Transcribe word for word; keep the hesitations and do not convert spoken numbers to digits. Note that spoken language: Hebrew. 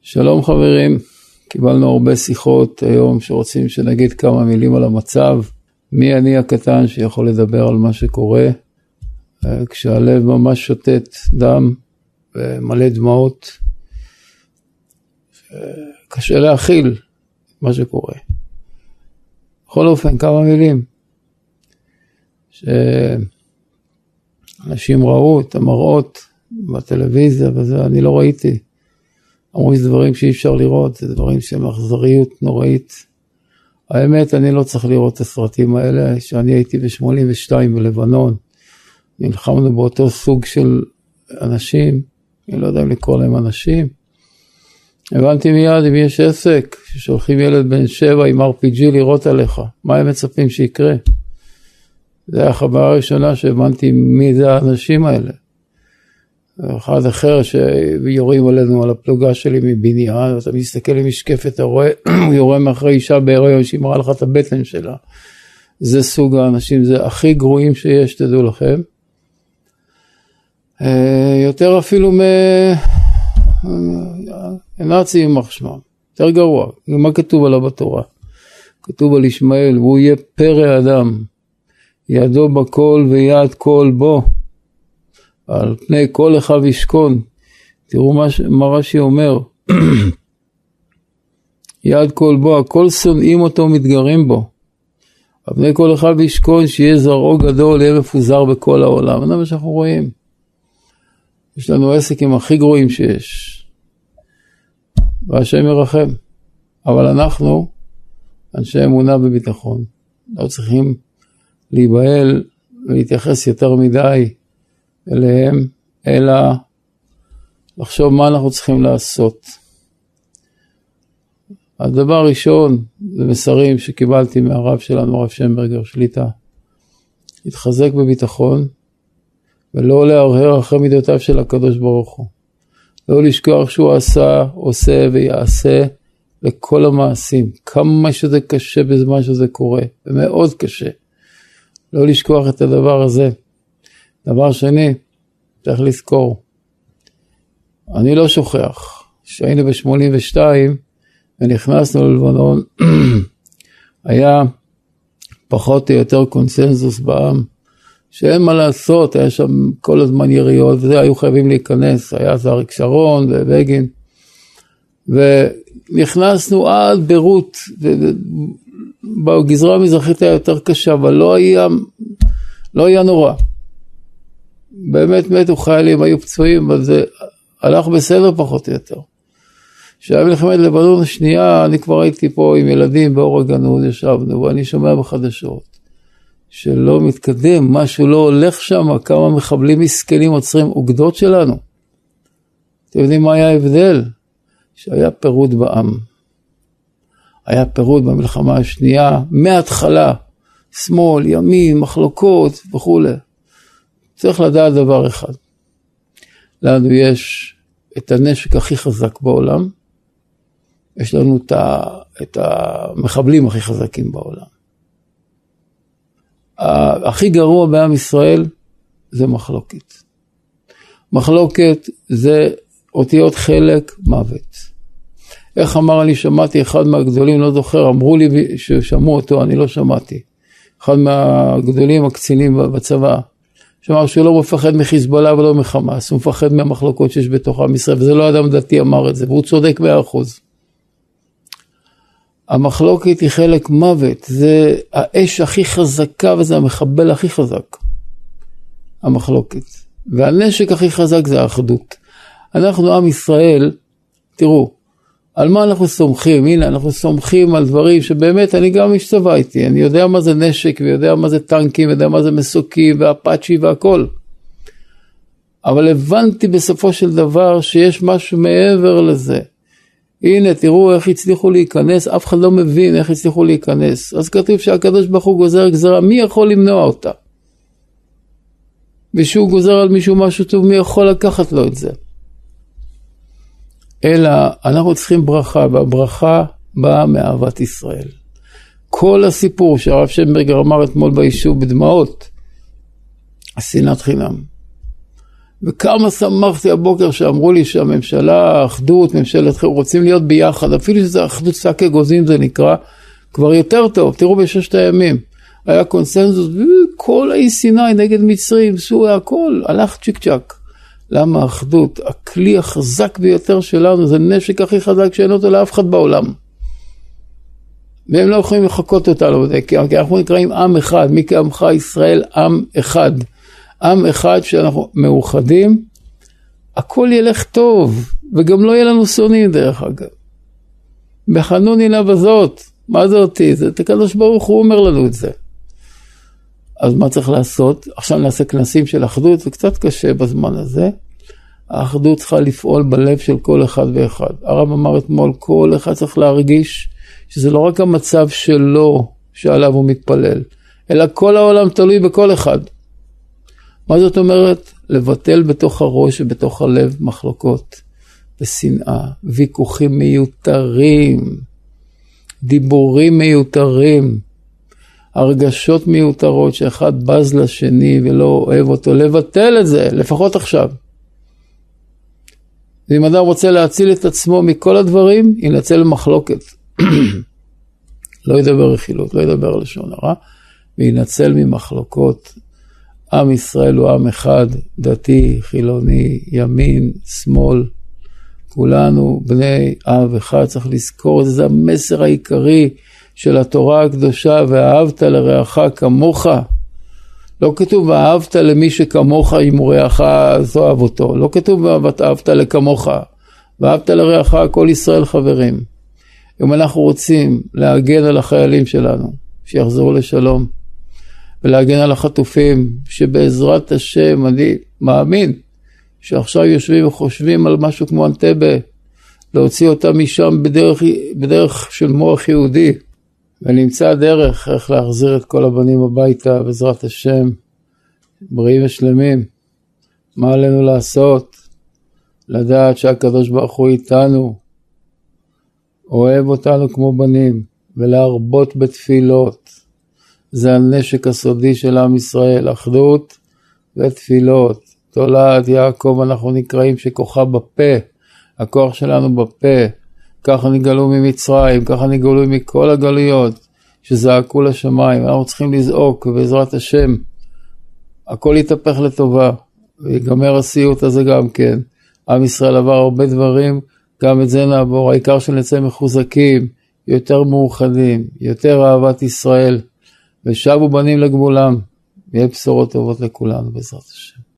שלום חברים, קיבלנו הרבה שיחות היום שרוצים שנגיד כמה מילים על המצב. מי אני הקטן שיכול לדבר על מה שקורה, כשהלב ממש שותת דם ומלא דמעות, קשה להכיל מה שקורה. בכל אופן, כמה מילים. שאנשים ראו את המראות בטלוויזיה וזה, אני לא ראיתי. אמרו שזה דברים שאי אפשר לראות, זה דברים שהם אכזריות נוראית. האמת, אני לא צריך לראות את הסרטים האלה, שאני הייתי ב-שמונים ושתיים בלבנון, נלחמנו באותו סוג של אנשים, אני לא יודע אם לקרוא להם אנשים, הבנתי מיד אם יש עסק, ששולחים ילד בן שבע עם אר פי ג'י לראות עליך, מה הם מצפים שיקרה? זה היה החברה הראשונה שהבנתי מי זה האנשים האלה. אחד אחר שיורים עלינו על הפלוגה שלי מבניין, אתה מסתכל למשקפת, אתה רואה, הוא יורה מאחרי אישה בהיריון שהיא מראה לך את הבטן שלה. זה סוג האנשים, זה הכי גרועים שיש, תדעו לכם. יותר אפילו מנאצים יימח שמם, יותר גרוע. מה כתוב עליו בתורה? כתוב על ישמעאל, והוא יהיה פרא אדם, ידו בכל ויד כל בו. על פני כל אחיו ישכון. תראו מה, מה רש"י אומר. יד כל בו, הכל שונאים אותו מתגרים בו. על פני כל אחיו ישכון, שיהיה זרעו גדול, יהיה מפוזר בכל העולם. זה מה שאנחנו רואים. יש לנו עסקים הכי גרועים שיש. והשם ירחם. אבל אנחנו, אנשי אמונה בביטחון, לא צריכים להיבהל ולהתייחס יותר מדי אליהם, אלא לחשוב מה אנחנו צריכים לעשות. הדבר הראשון, זה מסרים שקיבלתי מהרב שלנו, הרב שמברגר שליטה. להתחזק בביטחון, ולא להרהר אחרי מידותיו של הקדוש ברוך הוא. לא לשכוח שהוא עשה, עושה ויעשה לכל המעשים. כמה שזה קשה בזמן שזה קורה, ומאוד קשה. לא לשכוח את הדבר הזה. דבר שני, צריך לזכור, אני לא שוכח, שהיינו ב-שמונים ושתיים ונכנסנו ללבנון, היה פחות או יותר קונסנזוס בעם, שאין מה לעשות, היה שם כל הזמן יריות, וזה היו חייבים להיכנס, היה זה אריק שרון ובגין, ונכנסנו עד ביירות, בגזרה המזרחית היה יותר קשה, אבל לא היה, לא היה נורא. באמת מתו חיילים, היו פצועים, אבל זה הלך בסדר פחות או יותר. כשהיה מלחמת לבנון השנייה, אני כבר הייתי פה עם ילדים באור הגנוז, ישבנו, ואני שומע בחדשות, שלא מתקדם, משהו לא הולך שם, כמה מחבלים מסכנים עוצרים אוגדות שלנו. אתם יודעים מה היה ההבדל? שהיה פירוד בעם. היה פירוד במלחמה השנייה, מההתחלה, שמאל, ימין, מחלוקות וכו'. צריך לדעת דבר אחד. לנו יש את הנשק הכי חזק בעולם, יש לנו את, ה, את המחבלים הכי חזקים בעולם. הכי גרוע בעם ישראל זה מחלוקת. מחלוקת זה אותיות חלק מוות. איך אמר לי, שמעתי אחד מהגדולים, לא זוכר, אמרו לי ששמעו אותו, אני לא שמעתי. אחד מהגדולים הקצינים בצבא, שאמר שהוא לא מפחד מחיזבאללה ולא מחמאס, הוא מפחד מהמחלוקות שיש בתוך עם ישראל, וזה לא אדם דתי אמר את זה, והוא צודק מאה אחוז. המחלוקת היא חלק מוות, זה האש הכי חזקה וזה המחבל הכי חזק, המחלוקת. והנשק הכי חזק זה האחדות. אנחנו עם ישראל, תראו, על מה אנחנו סומכים? הנה, אנחנו סומכים על דברים שבאמת אני גם השתוויתי, אני יודע מה זה נשק ויודע מה זה טנקים, ויודע מה זה מסוקים ואפאצ'י והכל. אבל הבנתי בסופו של דבר שיש משהו מעבר לזה. הנה, תראו איך הצליחו להיכנס, אף אחד לא מבין איך הצליחו להיכנס. אז כתוב שהקדוש ברוך הוא גוזר גזרה, מי יכול למנוע אותה? ושהוא גוזר על מישהו משהו טוב, מי יכול לקחת לו את זה? אלא אנחנו צריכים ברכה, והברכה באה מאהבת ישראל. כל הסיפור שהרב שמברגר אמר אתמול ביישוב בדמעות, השנאת חינם. וכמה שמחתי הבוקר שאמרו לי שהממשלה, אחדות, ממשלת חירום, רוצים להיות ביחד, אפילו שזה אחדות שק אגוזים זה נקרא, כבר יותר טוב, תראו בששת הימים, היה קונסנזוס, וכל האי סיני נגד מצרים, סוריה, הכל, הלך צ'יק צ'ק. למה אחדות? הכלי החזק ביותר שלנו, זה נשק הכי חזק שאין אותו לאף אחד בעולם. והם לא יכולים לחכות אותנו, כי אנחנו נקראים עם אחד, מי כעמך ישראל, עם אחד. עם אחד שאנחנו מאוחדים, הכל ילך טוב, וגם לא יהיה לנו שונאים דרך אגב. בחנוני לה בזאת, מה זה אותי? זה הקדוש ברוך הוא אומר לנו את זה. אז מה צריך לעשות? עכשיו נעשה כנסים של אחדות, זה קצת קשה בזמן הזה. האחדות צריכה לפעול בלב של כל אחד ואחד. הרב אמר אתמול, כל אחד צריך להרגיש שזה לא רק המצב שלו שעליו הוא מתפלל, אלא כל העולם תלוי בכל אחד. מה זאת אומרת? לבטל בתוך הראש ובתוך הלב מחלוקות ושנאה, ויכוחים מיותרים, דיבורים מיותרים, הרגשות מיותרות שאחד בז לשני ולא אוהב אותו, לבטל את זה, לפחות עכשיו. ואם אדם רוצה להציל את עצמו מכל הדברים, ינצל מחלוקת. לא ידבר רכילות, לא ידבר לשון הרע, וינצל ממחלוקות. עם ישראל הוא עם אחד, דתי, חילוני, ימין, שמאל, כולנו בני אב אחד, צריך לזכור, זה המסר העיקרי של התורה הקדושה, ואהבת לרעך כמוך. לא כתוב ואהבת למי שכמוך אם הוא רעך אז אוהב אותו, לא כתוב ואהבת לכמוך, ואהבת לרעך כל ישראל חברים. אם אנחנו רוצים להגן על החיילים שלנו, שיחזרו לשלום, ולהגן על החטופים, שבעזרת השם אני מאמין, שעכשיו יושבים וחושבים על משהו כמו אנטבה, להוציא אותם משם בדרך, בדרך של מוח יהודי, ונמצא דרך איך להחזיר את כל הבנים הביתה, בעזרת השם, בריאים ושלמים. מה עלינו לעשות? לדעת שהקדוש ברוך הוא איתנו, אוהב אותנו כמו בנים, ולהרבות בתפילות. זה הנשק הסודי של עם ישראל, אחדות ותפילות. תולד יעקב אנחנו נקראים שכוחה בפה, הכוח שלנו בפה. ככה נגלו ממצרים, ככה נגלו מכל הגלויות שזעקו לשמיים. אנחנו צריכים לזעוק, ובעזרת השם הכל יתהפך לטובה, ויגמר הסיוט הזה גם כן. עם ישראל עבר הרבה דברים, גם את זה נעבור. העיקר שנצא מחוזקים, יותר מאוחדים, יותר אהבת ישראל, ושבו בנים לגמולם, ויהיה בשורות טובות לכולנו בעזרת השם.